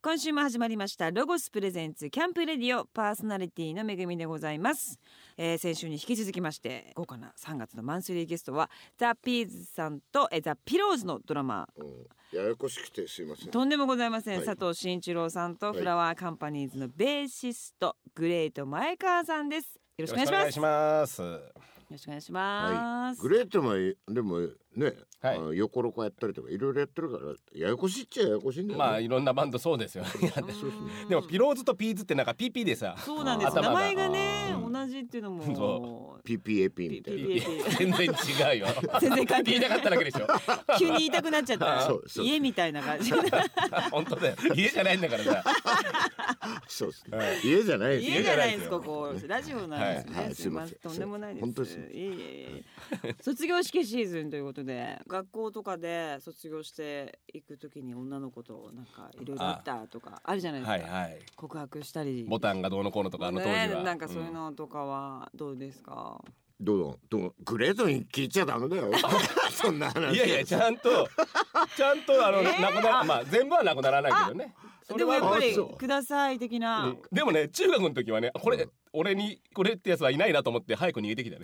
今週も始まりましたロゴスプレゼンツキャンプレディオ、パーソナリティのめぐみでございます。先週に引き続きまして豪華な3月のマンスリーゲストはザ・ピーズさんとザ・ピローズのドラマー、 ややこしくてすいません。 とんでもございません、 はい、 佐藤慎一郎さんとフラワーカンパニーズのベーシスト、グレート前川さんです。よろしくお願いします。よろしくお願いします。 グレートもでもね、横ロコやったりとかいろいろやってるからややこしいっちゃややこしいんだよね。 まあいろんなバンドそうですよでもピローズとピーズってなんか PP でさ、 そうなんです、名前がね同じっていうのも PPAP みたいな全然違うよ全然関係言いたかっただけでしょ急に言いたくなっちゃった家みたいな感じ本当だよ、家じゃないんだからさそうですね、家じゃないです、 家じゃないです、ここラジオなんですね、 すいません、 とんでもないです。 本当です。 卒業式シーズンということで、学校とかで卒業していくときに女の子となんかいろいろあったとかあるじゃないですか、告白したりボタンがどうのこうのとか、あの当時はなんかそういうのとかはどうですか？ どうグレートに聞いちゃダメだよそんな話。 いやちゃんとなくなまあ全部はなくならないけどね。 でもやっぱりください的な、 でもね中学の時はね、これ俺にこれってやつはいないなと思って早く逃げてきたね。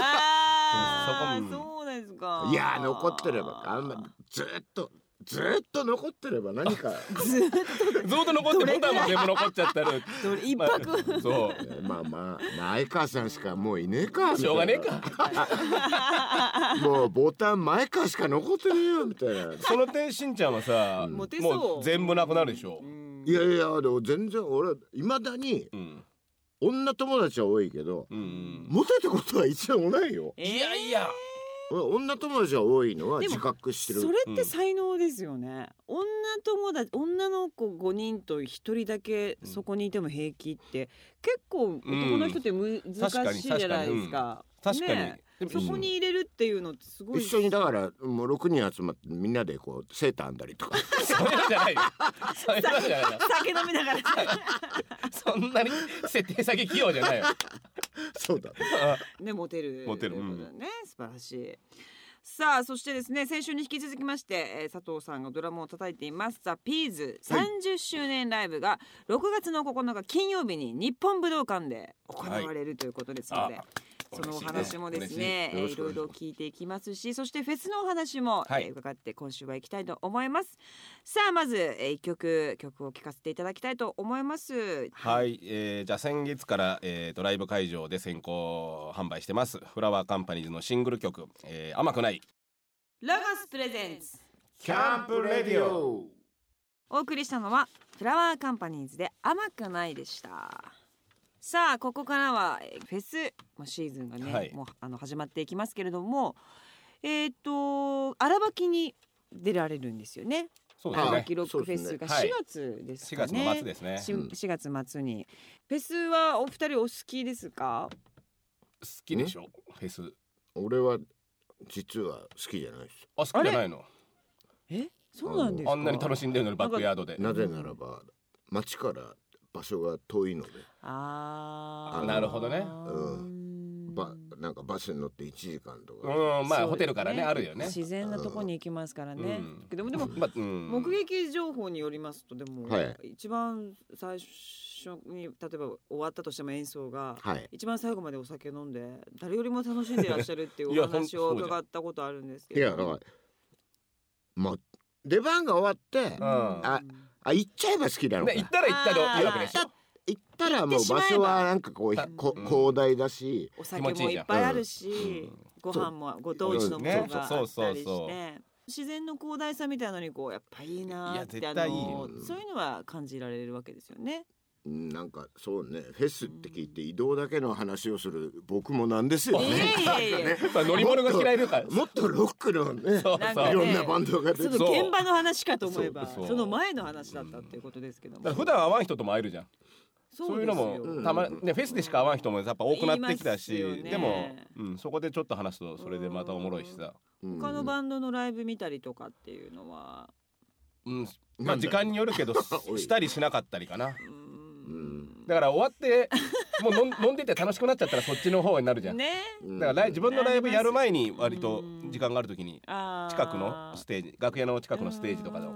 そうですか。 いや残ってればずっと残ってれば何かずっと残ってボタンも全部残っちゃったら一泊、 そうまあ前川さんしかもういねえか、 しょうがねえかもうボタン前川しか残ってねえよみたいな。 その点しんちゃんはさ、もう全部なくなるでしょ。 いやでも全然俺いまだに、女友達は多いけど、モテたことは一度もないよ。 いや女友達は多いのは自覚してる。 それって才能ですよね、女の子5人と1人だけそこにいても平気って結構男の人って難しいじゃないですか。 確かに、 ね、そこに入れるっていうのってすごい。 一緒にだからもう6人集まってみんなでこうセーター編んだりとかそういうのじゃないよそういうのじゃないよ酒飲みながらそんなに設定先器用じゃないよそうだね、モテるということね、素晴らしい。さあそしてですね、先週に引き続きまして、佐藤さんがドラムを叩いていますザ・ピーズ30周年ライブが6月の9日金曜日に日本武道館で行われるということですので、そのお話もですね、いろいろ聞いていきますし、そしてフェスのお話も、伺って今週は行きたいと思います。さあまず、1曲を聴かせていただきたいと思います。 はい、じゃあ先月から、ライブ会場で先行販売してますフラワーカンパニーズのシングル曲、甘くないロゴスプレゼンツキャンプレディオ。 お送りしたのはフラワーカンパニーズで甘くないでした。さあここからはフェスシーズンがね、もう始まっていきますけれども、荒垣に出られるんですよね。荒垣ロックフェスが4月ですかね。 4月の末ですね。 4月末にフェスはお二人お好きですか？ 好きでしょフェス。 俺は実は好きじゃないです。 好きじゃないの？ そうなんですか？ あんなに楽しんでるのにバックヤードで。 なぜならば街から場所が遠いので。 なるほどね。 なんかバスに乗って1時間とか。 まあホテルからねあるよね。 自然なとこに行きますからね。でも目撃情報によりますと、でも一番最初に例えば終わったとしても演奏が一番最後までお酒飲んで誰よりも楽しんでいらっしゃるっていうお話を伺ったことあるんですけど。 いやだから出番が終わって行っちゃえば好きなのか。 行ったら行ったでいいわけでしょ。 行ったらもう場所はなんかこう広大だし、 お酒もいっぱいあるし、ご飯もご当地のものがあったりして、自然の広大さみたいなのにこうやっぱいいなってそういうのは感じられるわけですよね。 なんかそうね、フェスって聞いて移動だけの話をする僕もなんですよね。 乗り物が嫌いだから。 もっとロックのね、いろんなバンドが出て、 現場の話かと思えばその前の話だったっていうことですけども。 普段会わん人とも会えるじゃん。そういうのもたまね、フェスでしか会わん人もやっぱ多くなってきたし、でもそこでちょっと話すとそれでまたおもろいしさ。 他のバンドのライブ見たりとかっていうのは、 まあ時間によるけどしたりしなかったりかな。だから終わってもう飲んでて楽しくなっちゃったらそっちの方になるじゃん。だから自分のライブやる前に割と時間がある時に近くのステージ、楽屋の近くのステージとかを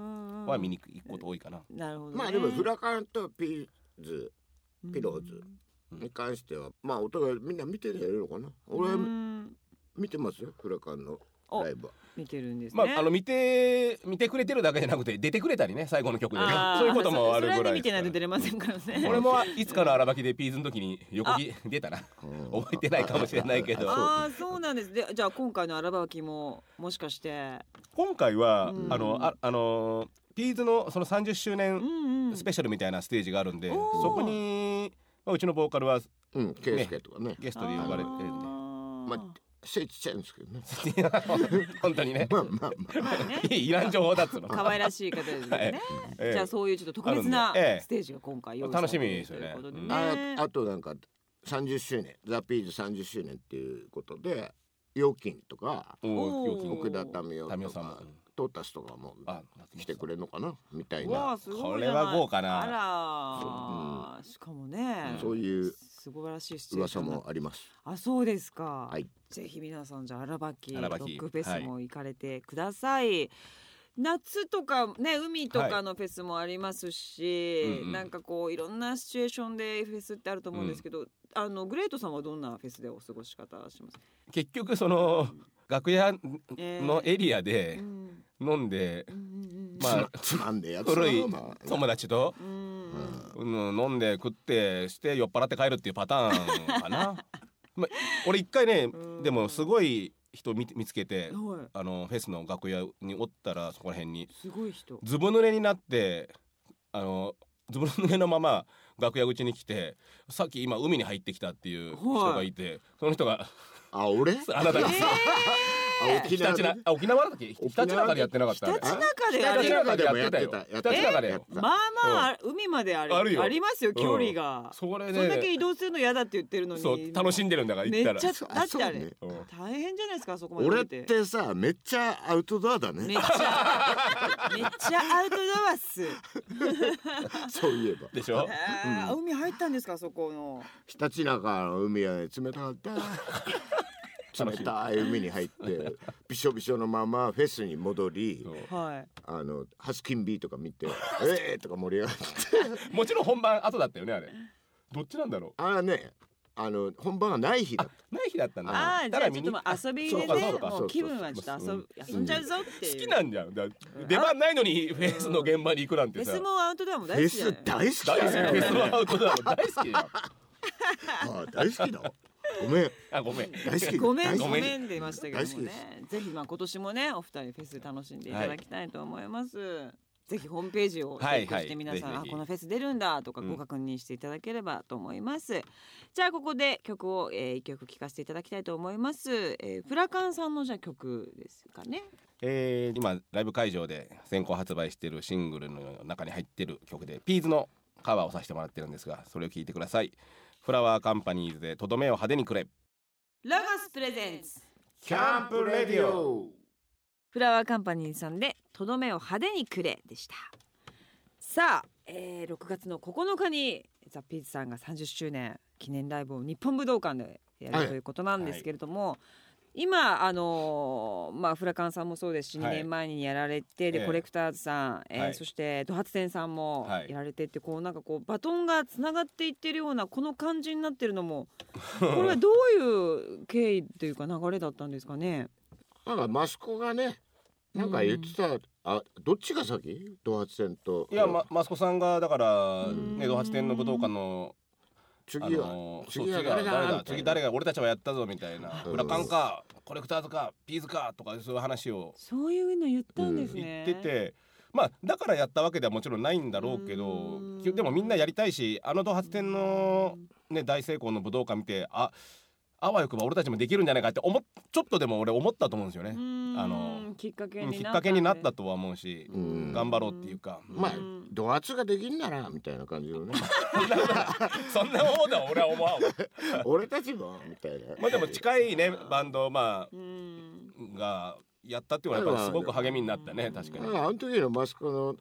は見に行くこと多いかな。 なるほどね。 まあでもフラカンとピローズに関してはまあお互いみんな見てるのかな。俺は見てますよ、フラカンのライブは。 見てるんですね。 まあ見てくれてるだけじゃなくて出てくれたりね、最後の曲でね、そういうこともあるぐらい。 それは見てないと出れませんからね。 俺もいつかの荒ばきでピーズの時に横木出たな。覚えてないかもしれないけど。 ああそうなんです。でじゃあ今回の荒ばきももしかして今回はピーズのその30周年スペシャルみたいなステージがあるんで、そこにうちのボーカルはケイスケとかねゲストで呼ばれてるんで、 まあ背ちっちゃいんですけどね。 本当にね。 まあまあいらん情報だっつうの。 可愛らしい方ですね。じゃあそういうちょっと特別なステージが今回用意されているということでね。 あとなんか30周年ザ・ピーズ30周年っていうことでヨキンとか奥田民生とかトータスとかも来てくれるのかなみたいな。 これは豪華な。 あらしかもねそういう素晴らしいシチュエーション噂もあります。 あそうですか。 はい、 ぜひ皆さんじゃあ荒ばきロックフェスも行かれてください。夏とかね海とかのフェスもありますし、なんかこういろんなシチュエーションでフェスってあると思うんですけど、グレートさんはどんなフェスでお過ごし方します？ 結局その楽屋のエリアで飲んで、まあつまんでやつ古い友達と飲んで食ってして酔っ払って帰るっていうパターンかな。まあ、俺一回ねでもすごい人見つけて、フェスの楽屋におったらそこら辺にすごい人ずぶ濡れになってずぶ濡れのまま楽屋口に来て、さっき今海に入ってきたっていう人がいて、その人が俺あなたです。沖縄だっけ？ひたちなかでやってなかった。 ひたちなかでやってたよ。 ひたちなかでよ。 まあまあ海までありますよ距離が。それだけ移動するの嫌だって言ってるのに。 そう楽しんでるんだから行ったら。 めっちゃだってあれ大変じゃないですかそこまで。 俺ってさめっちゃアウトドアだね。 めっちゃアウトドアっす。 そういえば。 でしょ？ 海入ったんですかそこの。 ひたちなかの海は冷たかった。冷たい海に入ってびしょびしょのままフェスに戻り、ハスキンビーとか見てとか盛り上がってもちろん本番後だったよねあれ。どっちなんだろう。 あれね本番はない日だった。 ない日だったんだ。 ああじゃあちょっと遊びでねもう気分はちょっと遊んじゃうぞっていう。 好きなんじゃん。出番ないのにフェスの現場に行くなんてさ。 フェスもアウトドアも大好きだよ。 フェス大好き。 フェスもアウトドアも大好きだよ。 大好きだ。ごめん大好き。 ごめんって言いましたけどもね。ぜひ今年もねお二人フェス楽しんでいただきたいと思います。ぜひホームページをチェックして皆さんこのフェス出るんだとかご確認していただければと思います。じゃあここで曲を一曲聴かせていただきたいと思います。フラカンさんのじゃあ曲ですかね。 今ライブ会場で先行発売しているシングルの中に入っている曲でピーズのカバーをさせてもらってるんですが、それを聴いてください。フラワーカンパニーズでとどめを派手にくれ。 ラガスプレゼンツキャンプレディオ。 フラワーカンパニーさんでとどめを派手にくれでした。さあ、6月の9日にザ・ピーズさんが30周年記念ライブを日本武道館でやるということなんですけれども、今フラカンさんもそうですし、2年前にやられてでコレクターズさん、そしてドハツテンさんもやられてってこうなんかこうバトンがつながっていってるようなこの感じになってるのもこれはどういう経緯というか流れだったんですかね。 なんかマスコがねなんか言ってた、どっちが先？ドハツテンと。 いや、マスコさんがだからねドハツテンの武道館の次誰が俺たちはやったぞみたいな、フラカンかコレクターズかピーズかとかそういう話をそういうの言ったんですね。 言ってて、まあだからやったわけではもちろんないんだろうけど、でもみんなやりたいし、ドハツテンのね大成功の武道館見てあわよくば俺たちもできるんじゃないかってちょっとでも俺思ったと思うんですよね。 きっかけになったとは思うし、頑張ろうっていうか、 まあドハツができんならみたいな感じのねそんなものは俺は思わん俺たちもみたいな。 まあでも近いねバンドがやったっていうのはやっぱりすごく励みになったね。確かにあの時のマスコの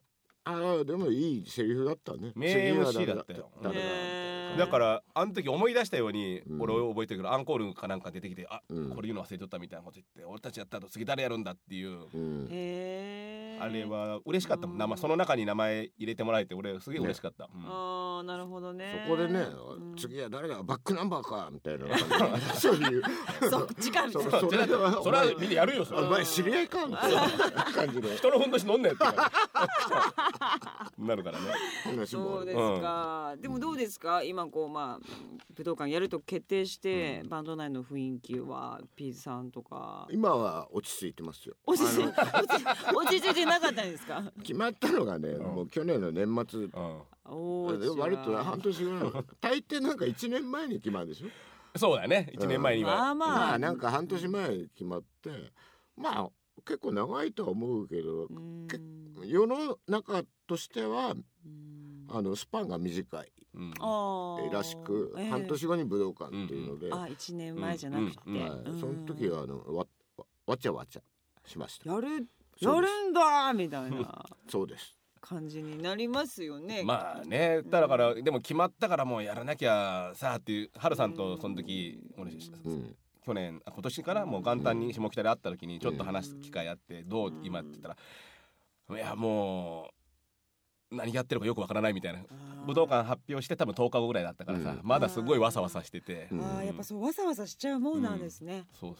でもいいセリフだったね。 名 MC だったよ。だからあの時思い出したように、俺覚えてるけどアンコールかなんか出てきて、これ言うの忘れとったみたいなこと言って、俺たちやった後次誰やるんだっていう、あれは嬉しかったもん。その中に名前入れてもらえて俺すげえ嬉しかった。 ああなるほどね。 そこでね、次は誰だバックナンバーかみたいなそういうそっちかみたいな。 それはみんなやるよ。 お前知り合いかみたいな感じで人のふんどし飲んねってなるからね。 そうですか。でもどうですか今こう武道館やると決定して、バンド内の雰囲気はピーズさんとか今は落ち着いてますよ。 落ち着いてなかったんですか？ 決まったのがね、もう去年の年末、割と半年ぐらいの大抵なんか1年前に決まるでしょ。 そうだね、1年前にはまあなんか半年前に決まって、まあ結構長いとは思うけど、世の中としてはスパンが短いらしく、半年後に武道館っていうので、 1年前じゃなくて、 その時はわちゃわちゃしました。 やるんだみたいなそうです感じになりますよね。 まあね、だからでも決まったからもうやらなきゃさっていう、ハルさんとその時俺去年今年からもう元旦に下北で会った時にちょっと話す機会あって、どう今って言ったら、いやもう何やってるかよくわからないみたいな。武道館発表して多分10日後ぐらいだったからさ、まだすごいわさわさしてて、 やっぱそうわさわさしちゃうもんなんですね。 そう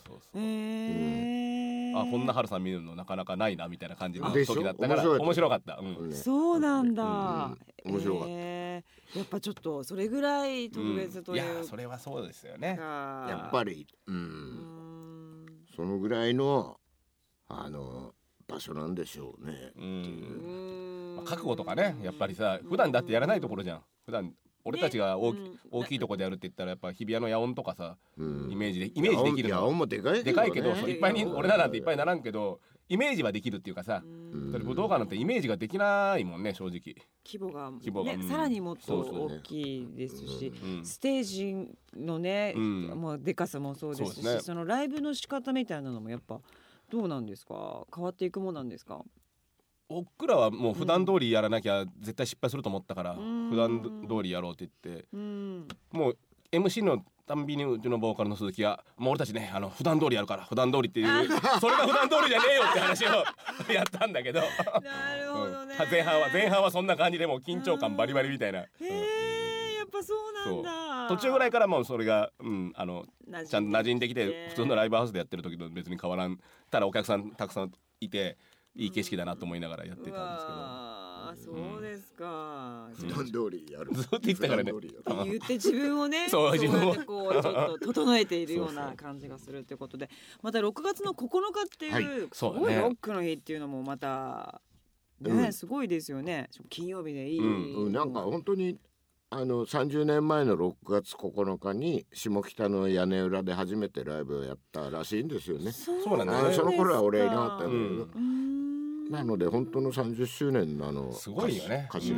こんなハルさん見るのなかなかないなみたいな感じの時だったから面白かった。 そうなんだ。 面白かった。 やっぱちょっとそれぐらい特別という、 いやそれはそうですよね。 やっぱりそのぐらいの場所なんでしょうねっていう。 覚悟とかね、やっぱりさ普段だってやらないところじゃん。普段俺たちが大きいところでやるって言ったらやっぱ日比谷の野音とかさ、イメージできるの。 野音もでかいけどいっぱいに俺らなんていっぱいならんけど、イメージはできるっていうかさ、武道館なんてイメージができないもんね、正直。 規模がさらにもっと大きいですし、ステージのねもうでかさもそうですし、そのライブの仕方みたいなのもやっぱどうなんですか？変わっていくもんなんですか？ 僕らはもう普段通りやらなきゃ絶対失敗すると思ったから、普段通りやろうって言って、もう MC のたんびにうちのボーカルの鈴木がもう俺たちね普段通りやるから普段通りっていうそれが普段通りじゃねえよって話をやったんだけどなるほどね、 前半はそんな感じでもう緊張感バリバリみたいな。 やっぱそうなんだ。 途中ぐらいからもうそれが、ちゃんと馴染んできて、普通のライブハウスでやってる時と別に変わらん。ただお客さんたくさんいていい景色だなと思いながらやってたんですけど。 そうですか。 普段通りやる。 ずっと言ってたからね。 言って自分をね、そうやってこうちょっと整えているような感じがするということで、また6月の9日っていうすごいロックの日っていうのもまたねすごいですよね。金曜日でいい。 なんか本当に30年前の6月9日に下北の屋根裏で初めてライブをやったらしいんですよね。 そうなんだね。 その頃は俺いなかったんだけど、なので本当の30周年のすごいよね。 頭っていう。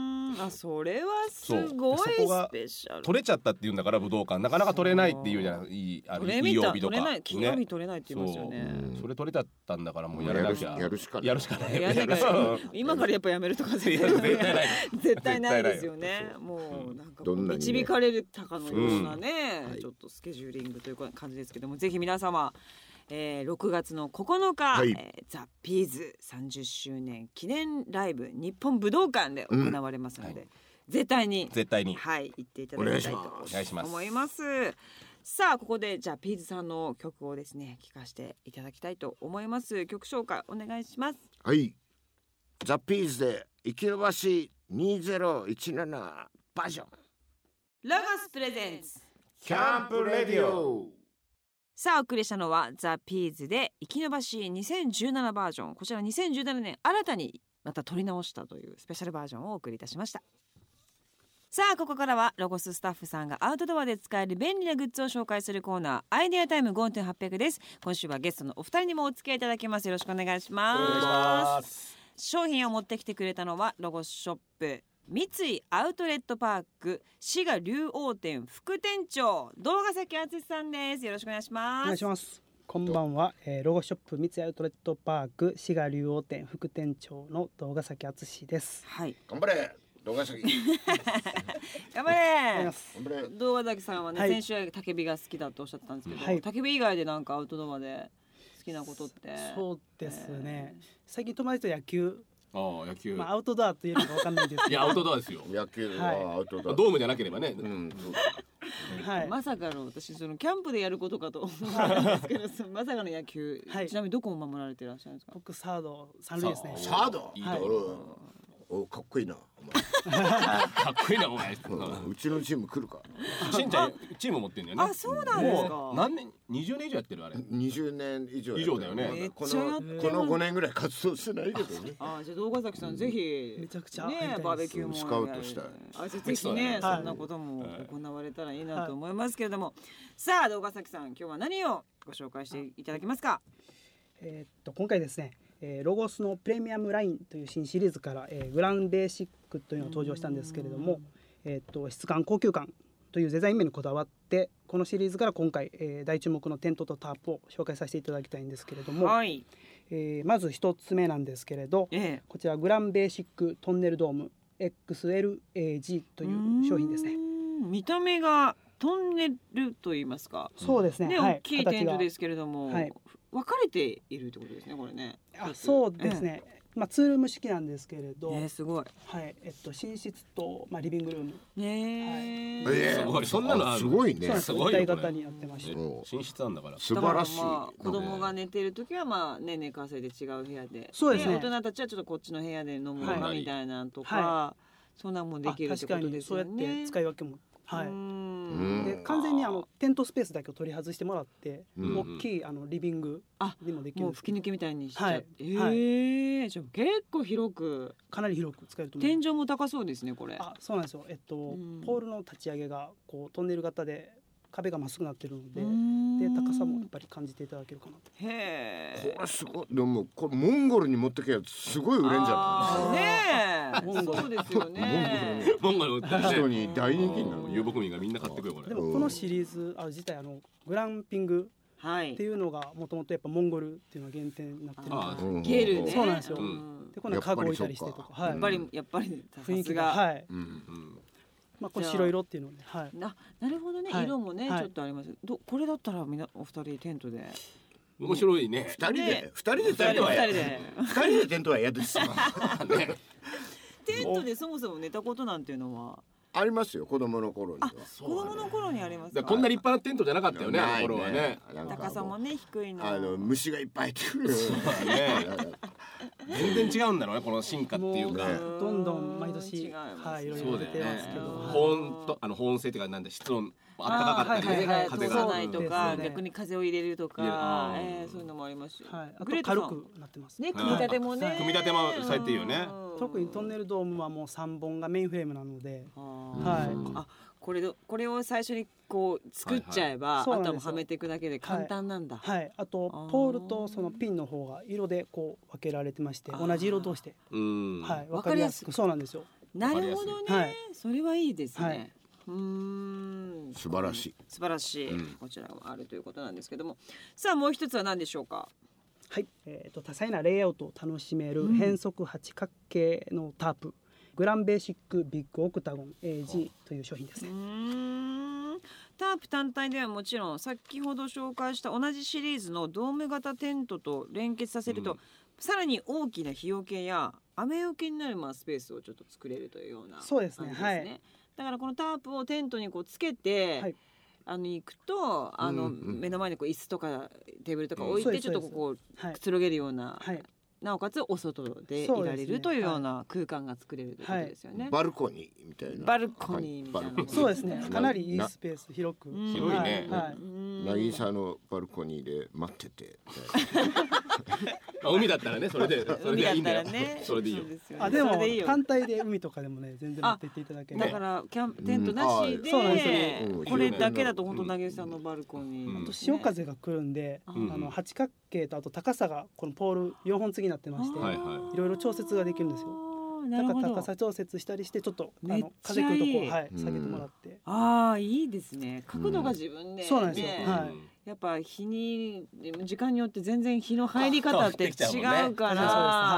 それはすごいスペシャル。 取れちゃったっていうんだから武道館なかなか取れないっていうじゃない。いい曜日とか金曜日取れないって言いますよね。 それ取れちゃったんだからもうやらなきゃやるしかない。 今からやっぱやめるとか絶対ないですよね。もうなんか導かれたかのようなね、ちょっとスケジューリングという感じですけども、ぜひ皆様6月の9日、ザ・ピーズ30周年記念ライブ日本武道館で行われますので、絶対に行っていただきたいと思います。さあここでじゃあピーズさんの曲をですね聴かせていただきたいと思います。曲紹介お願いします。 はい、ザ・ピーズで生き延ばし2017バージョン。 ロゴスプレゼンツキャンプレディオ。 さあお送りしたのはザ・ピーズで生き延ばし2017バージョン。こちら2017年新たにまた撮り直したというスペシャルバージョンをお送りいたしました。さあここからはロゴススタッフさんがアウトドアで使える便利なグッズを紹介するコーナー、アイデアタイム 5.800 です。今週はゲストのお二人にもお付き合いいただきます。よろしくお願いします。商品を持ってきてくれたのはロゴスショップ三井アウトレットパーク滋賀竜王店副店長、堂ヶ崎敦さんです。よろしくお願いします。 お願いします。 こんばんは、ロゴショップ三井アウトレットパーク滋賀竜王店副店長の動画崎敦です。 はい。 頑張れ動画崎。 頑張れ。 頑張れ。 動画崎さんはね、 はい、 先週は焚き火が好きだとおっしゃったんですけど、 はい、 焚き火以外でなんかアウトドアで好きなことって。 そうですね。最近友達と野球。 野球。 アウトドアというのかわかんないですけど。 いやアウトドアですよ。 野球はアウトドア。 ドームじゃなければね。 はい、まさかの私そのキャンプでやることかと思ったんですけどまさかの野球、はい、ちなみにどこを守られていらっしゃるんですか？ 僕サード三塁ですね。 サード、 はい、 おかっこいいな。 かっこいいなお前。 うちのチーム来るか。 しんちゃんチーム持ってんだよね。 あ、そうなんですか。 何年20年以上やってるあれ。 20年以上だよね。 この5年ぐらい活動してないけどね。 あ、じゃあ動画崎さんぜひめちゃくちゃねバーベキューもスカウトしたい。 あ、じゃあぜひねそんなことも行われたらいいなと思いますけれども、さあ動画崎さん今日は何をご紹介していただけますか？ 今回ですね。ロゴスのプレミアムラインという新シリーズから、グランベーシックというのが登場したんですけれども、質感高級感というデザイン面にこだわってこのシリーズから今回、大注目のテントとタープを紹介させていただきたいんですけれども、 はい、 まず一つ目なんですけれど、こちらグランベーシックトンネルドーム XLAG という商品ですね。 見た目がトンネルと言いますか。 そうですね。 大きいテントですけれども、分かれているってことですね、これね。 あ、そうですね。ツールーム式なんですけれど、 すごい。 はい、寝室とリビングルーム。 すごい、そんなのすごいね。 すごい一体型になってまして。 寝室なんだから。 素晴らしい。 子供が寝てる時は寝かせて違う部屋で。 そうですね。 大人たちはちょっとこっちの部屋で飲むみたいなとか、そんなもんできるってことですよね。 そうやって使い分けも。はい。で完全にテントスペースだけを取り外してもらって、大きいリビングにもできる。 もう吹き抜けみたいにしちゃって。じゃあ結構広く。 かなり広く使えると思います。 天井も高そうですねこれ。 あ、そうなんですよ。ポールの立ち上げがこうトンネル型で壁がまっすぐなってるので、高さもやっぱり感じていただけるかなと。 へえ。 これすごい。でもこれモンゴルに持ってけばすごい売れんじゃない。ねえ。そうですよね。 モンゴル人に大人気なの。 遊牧民がみんな買ってくよこれ。 でもこのシリーズ自体グランピングっていうのがもともとやっぱモンゴルっていうのが原点になってるので。 ゲルね。 そうなんですよ。でこの家具置いたりしてとか。 やっぱり雰囲気が。はい。これ白色っていうので、 なるほどね、色もねちょっとあります。これだったらお二人テントで面白いね。 二人でテントは嫌です。 テントでそもそも寝たことなんていうのはありますよ。子供の頃には。 子供の頃にありますか。 こんな立派なテントじゃなかったよね。頃はね。 高さもね低いの。 虫がいっぱいいてくる。 全然違うんだろうね、この進化っていうか。 どんどん毎年いろいろ出てますけど。 保温性っていうかなんで室温あったかかったり風が通さないとか逆に風を入れるとかそういうのもありますし。 あと軽くなってますね。組み立てもね。 組み立てもされていいよね。 特にトンネルドームはもう3本がメインフレームなので。 あ、これを最初にこう作っちゃえば、あとはもうはめていくだけで簡単なんだ。 はい。あとポールとそのピンの方が色でこう分けられてまして、同じ色同士で、はい、分かりやすく。そうなんですよ。 なるほどね。それはいいですね。 素晴らしい。 素晴らしい。こちらがあるということなんですけども、さあもう一つは何でしょうか。 はい。多彩なレイアウトを楽しめる変則八角形のタープ。グランベーシックビッグオクタゴン AG という商品ですね。 タープ単体ではもちろん先ほど紹介した同じシリーズのドーム型テントと連結させると、さらに大きな日よけや雨よけになるスペースをちょっと作れるというような。 そうですね。はい。 だからこのタープをテントにこうつけて、行くと目の前にこう椅子とかテーブルとか置いてちょっとこうくつろげるような。なおかつお外でいられるというような空間が作れるということですよね。 バルコニーみたいな。 バルコニーみたいな。 そうですね。かなりいいスペース広く。 広いね。 渚のバルコニーで待ってて。 海だったらね、それでいいんだよ。それでいいよ。 でも単体で海とかでもね全然持って行っていただける。 だからテントなしでこれだけだと本当渚のバルコニー。 あと潮風が来るんで、八角形とあと高さがこのポール4本継ぎになってまして、いろいろ調節ができるんですよ。だから高さ調節したりしてちょっと風来るとこ下げてもらって。 ああいいですね。角度が自分で。 そうなんですよ。 やっぱ日に時間によって全然日の入り方って違うから、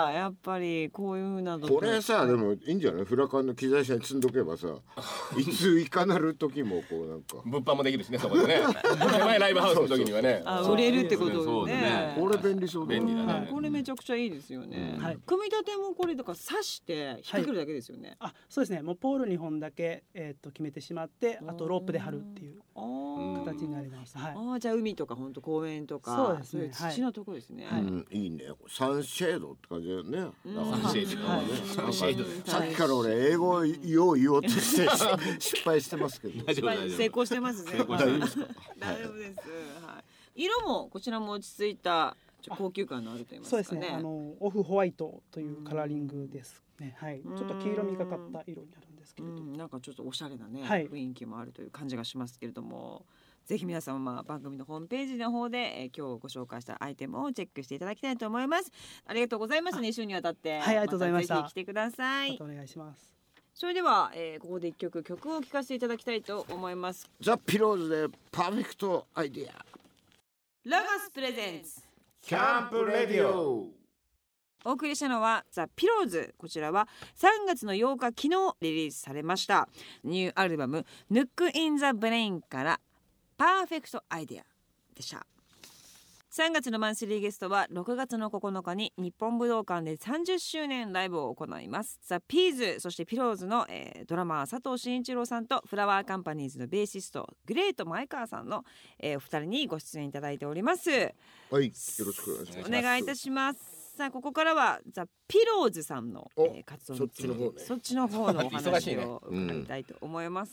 やっぱりこういうなどこれさでもいいんじゃない？フラカンの機材車に積んどけばさいついかなる時もこうなんか物販もできるしね、そこでね前ライブハウスの時にはね売れるってことね。 これ便利そうだ便利だね。 これめちゃくちゃいいですよね。組み立てもこれだから刺して引っ掛けるだけですよね。 そうですね。もうポール2本だけ決めてしまって、あとロープで貼るっていう形になります。 じゃあ海とか本当公園とかそうですね、 そういう土のところですね。 いいね。サンシェードって感じだよね。 サンシェード。 さっきから俺英語よう言おうとして失敗してますけど。 成功してますね。 大丈夫ですか？ 大丈夫です。色もこちらも落ち着いた高級感のあると言いますかね。 そうですね。オフホワイトというカラーリングですね。はい。ちょっと黄色みがかった色になるんですけれど、 なんかちょっとおしゃれなね、雰囲気もあるという感じがしますけれども。ぜひ皆様番組のホームページの方で、今日ご紹介したアイテムをチェックしていただきたいと思います。ありがとうございます。2週にわたって。 はい、ありがとうございました。 ぜひ来てください。 またお願いします。 それでは、ここで一曲を聴かせていただきたいと思います。 ザ・ピローズでパーフェクトアイデア。 ラガスプレゼンツキャンプレディオ。 お送りしたのはザ・ピローズ。こちらは3月の8日昨日リリースされましたニューアルバム Nook in the Brain からパーフェクトアイデアでした。3月のマンスリーゲストは6月の9日に日本武道館で30周年ライブを行いますザ・ピーズ、そしてピローズの、ドラマー佐藤慎一郎さんとフラワーカンパニーズのベーシストグレート前川さんの、お二人にご出演いただいております。 はい、よろしくお願いします。 お願いいたします。さあここからはザ・ピローズさんの、活動についてそっちの方のお話を伺いたいと思います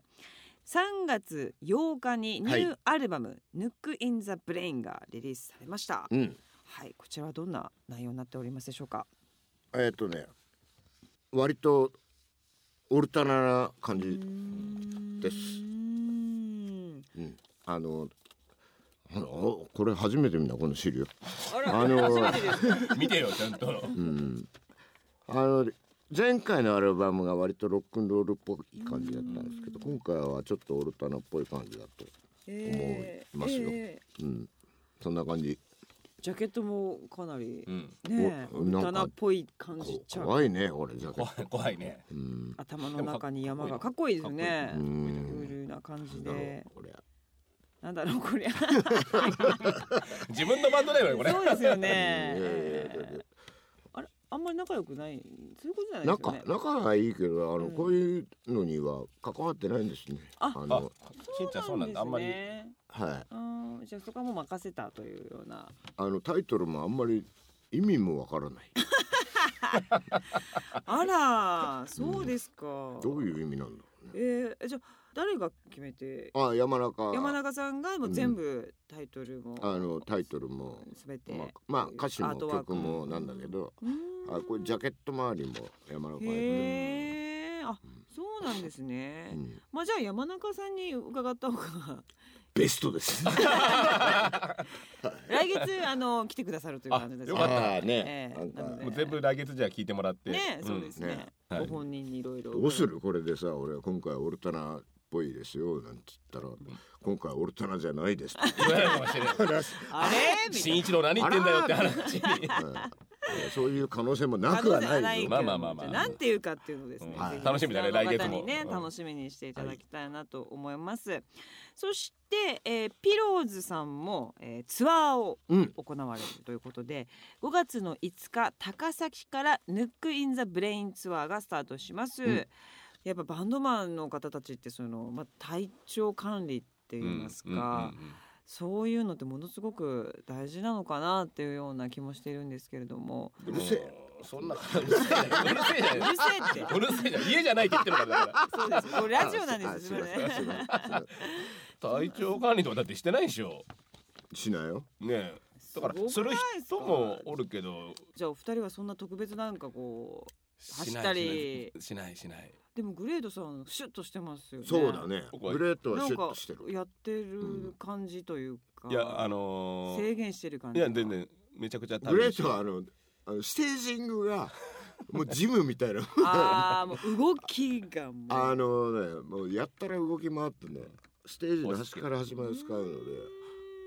。3月8日にニューアルバム、Nook in the Brain がリリースされました。はい、こちらはどんな内容になっておりますでしょうか？ 割とオルタナな感じです。これ初めて見たこの資料。 見てよちゃんと。 前回のアルバムが割とロックンロールっぽい感じだったんですけど、今回はちょっとオルタナっぽい感じだと思いますよ。そんな感じ。 ジャケットもかなりね、オルタナっぽい感じ。 怖いね、俺ジャケット。 怖いね。 頭の中に山がかっこいいですね。クールな感じで。なんだろうこれ。 自分のバンドだよねこれ。 そうですよね。あんまり仲良くない、そういうことじゃないですかね。 仲はいいけどこういうのには関わってないんですね。 しんちゃんそうなんだ。あんまり。 はい。 じゃあそこはもう任せたというような。 タイトルもあんまり意味もわからない。 あら、そうですか。 どういう意味なんだろうね。 じゃあ誰が決めて？ 山中さんがもう全部タイトルも全て歌詞も曲もなんだけど、これジャケット周りも山中がやってる。 そうなんですね。じゃあ山中さんに伺った方がベストです。 来月来てくださるという感じです。 よかったね。 もう全部来月じゃあ聞いてもらって。 ね、そうですね。ご本人にいろいろ。 どうするこれでさ、俺今回オルタナっぽいですよなんて言ったら、今回オルタナじゃないです。 あれ？新一郎何言ってんだよって話。 そういう可能性もなくはないよ。 まあなんていうかっていうのですね。 楽しみだね、来月も。 楽しみにしていただきたいなと思います。そしてピローズさんもツアーを行われるということで、5月の5日高崎からNook in the Brainツアーがスタートします。やっぱバンドマンの方たちって体調管理って言いますか、そういうのってものすごく大事なのかなっていうような気もしているんですけれども。 うるせえ。 そんなうるせえじゃん。家じゃないって言ってるからそうです。これラジオなんですよね。 体調管理とかだってしてないでしょ。 しないよ。 ね。だからする人もおるけど。 じゃあお二人はそんな特別なんかこう走ったりしない。 でもグレードさんシュッとしてますよね。 そうだね。グレードはシュッとしてる。 やってる感じというか。 いや制限してる感じ。 いや全然めちゃくちゃ。 グレードはステージングがもうジムみたいな。 もう動きがもうやったら動き回ってね、ステージの端から端まで使うので、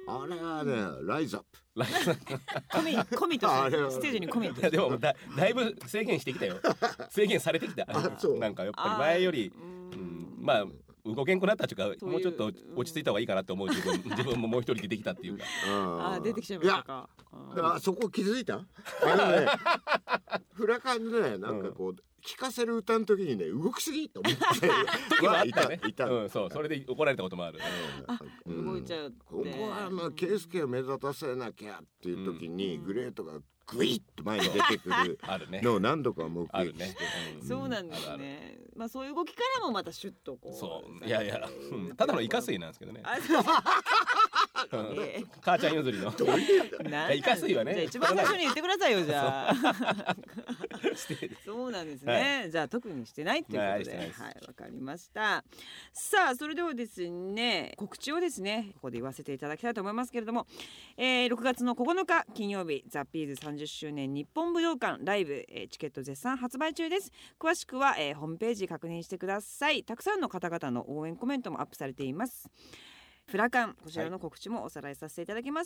あれはねライズアップコミとしてステージにコミとして。 でもだいぶ制限してきたよ。制限されてきた。なんかやっぱり前より、まあ動けんくなったというか、もうちょっと落ち着いた方がいいかなと思う自分ももう一人出てきたっていうか。 出てきちゃいましたか。 そこ気づいた？フラカンね、なんかこう聴かせる歌の時にね動きすぎと思って時もあったね。 いた。 そう、それで怒られたこともある。 動いちゃうって。 ここはまあケイスケを目立たせなきゃっていう時にグレートがグイッと前に出てくるのを何度か目撃して。 そうなんですね。まあそういう動きからもまたシュッとこう。 そう、いやいや、ただのイカ水なんですけどね。母ちゃん譲りのイカ水はね。 じゃあ一番最初に言ってくださいよ、じゃあ。そうなんですね。じゃあ特にしてないっていうことで、はい、わかりました。さあそれではですね、告知をですねここで言わせていただきたいと思いますけれども、6月の9日金曜日、ザ・ピーズ30周年日本武道館ライブ、チケット絶賛発売中です。詳しくは、ホームページ確認してください。たくさんの方々の応援コメントもアップされています。フラカン、こちらの告知もおさらいさせていただきます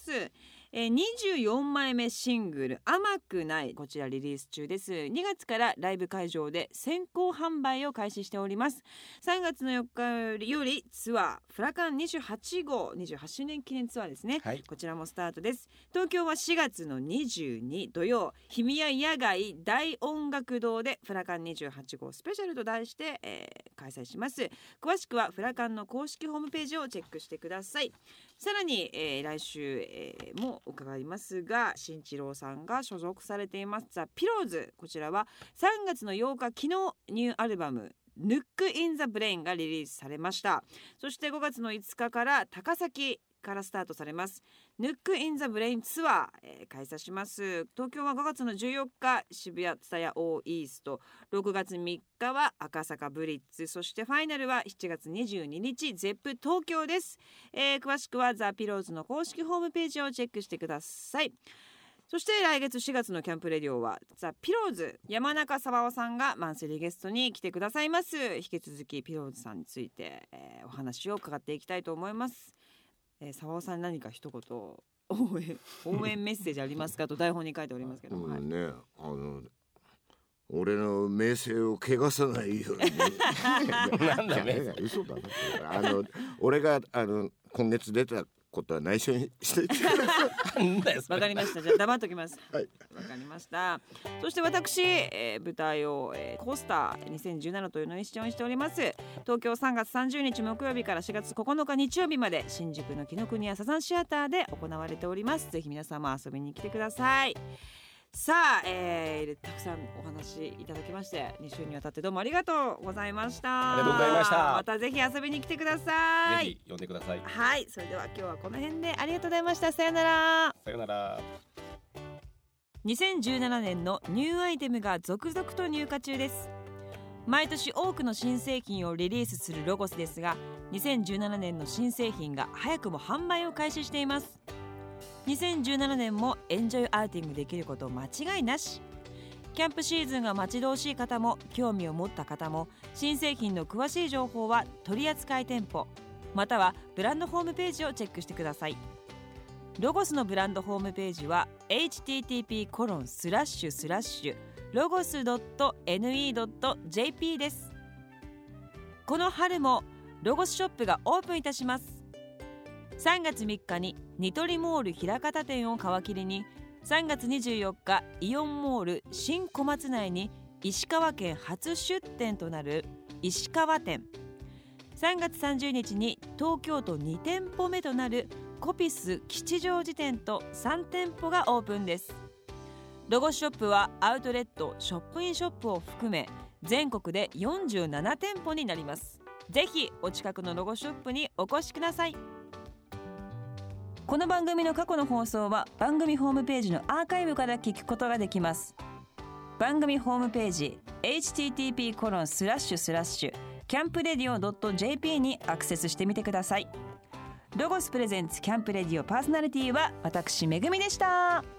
。24枚目シングル甘くない、こちらリリース中です。2月からライブ会場で先行販売を開始しております。3月の4日よりツアーフラカン28号28周年記念ツアーですね、こちらもスタートです。東京は4月の22土曜、日比谷野外大音楽堂でフラカン28号スペシャルと題して、開催します。詳しくはフラカンの公式ホームページをチェックしてください。さらに、来週、も伺いますが、新一郎さんが所属されていますザ・ピローズ、こちらは3月の8日昨日ニューアルバムヌックインザブレインがリリースされました。そして5月の5日から高崎からスタートされますヌックインザブレインツアー、開催します。東京は5月の14日渋谷ツタヤオーイースト、6月3日は赤坂ブリッツ、そしてファイナルは7月22日ゼップ東京です。詳しくはザ・ピローズの公式ホームページをチェックしてください。そして来月4月のキャンプレディオはザ・ピローズ山中沢夫さんがマンスリーゲストに来てくださいます。引き続きピローズさんについて、お話を伺っていきたいと思います。沢尾さん、何か一言応援メッセージありますかと台本に書いておりますけど、 ね、俺の名声を汚さないようになんだね、 嘘だね。俺が今月出たことは内緒にしていてわかりました。じゃあ黙っときます。わかりました。そして私、舞台を、コースター2017というのに出演しております。東京3月30日木曜日から4月9日日曜日まで新宿の紀ノ国屋サザンシアターで行われております。ぜひ皆様遊びに来てください。さあ、たくさんお話いただきまして2週にわたってどうもありがとうございました。 ありがとうございました。 またぜひ遊びに来てください。 ぜひ呼んでください。 はい、それでは今日はこの辺でありがとうございました。さよなら。 さよなら。 2017年のニューアイテムが続々と入荷中です。毎年多くの新製品をリリースするロゴスですが、2017年の新製品が早くも販売を開始しています。2017年もエンジョイアウティングできること間違いなし。キャンプシーズンが待ち遠しい方も興味を持った方も、新製品の詳しい情報は取扱店舗またはブランドホームページをチェックしてください。ロゴスのブランドホームページは http://logos.ne.jp です。この春もロゴスショップがオープンいたします。3月3日にニトリモール枚方店を皮切りに、3月24日イオンモール新小松内に石川県初出店となる石川店、3月30日に東京都2店舗目となるコピス吉祥寺店と3店舗がオープンです。ロゴスショップはアウトレット、ショップインショップを含め全国で47店舗になります。ぜひお近くのロゴショップにお越しください。この番組の過去の放送は番組ホームページのアーカイブから聞くことができます。番組ホームページ http://campradio.jp にアクセスしてみてください。ロゴスプレゼンツキャンプレディオパーソナリティは私めぐみでした。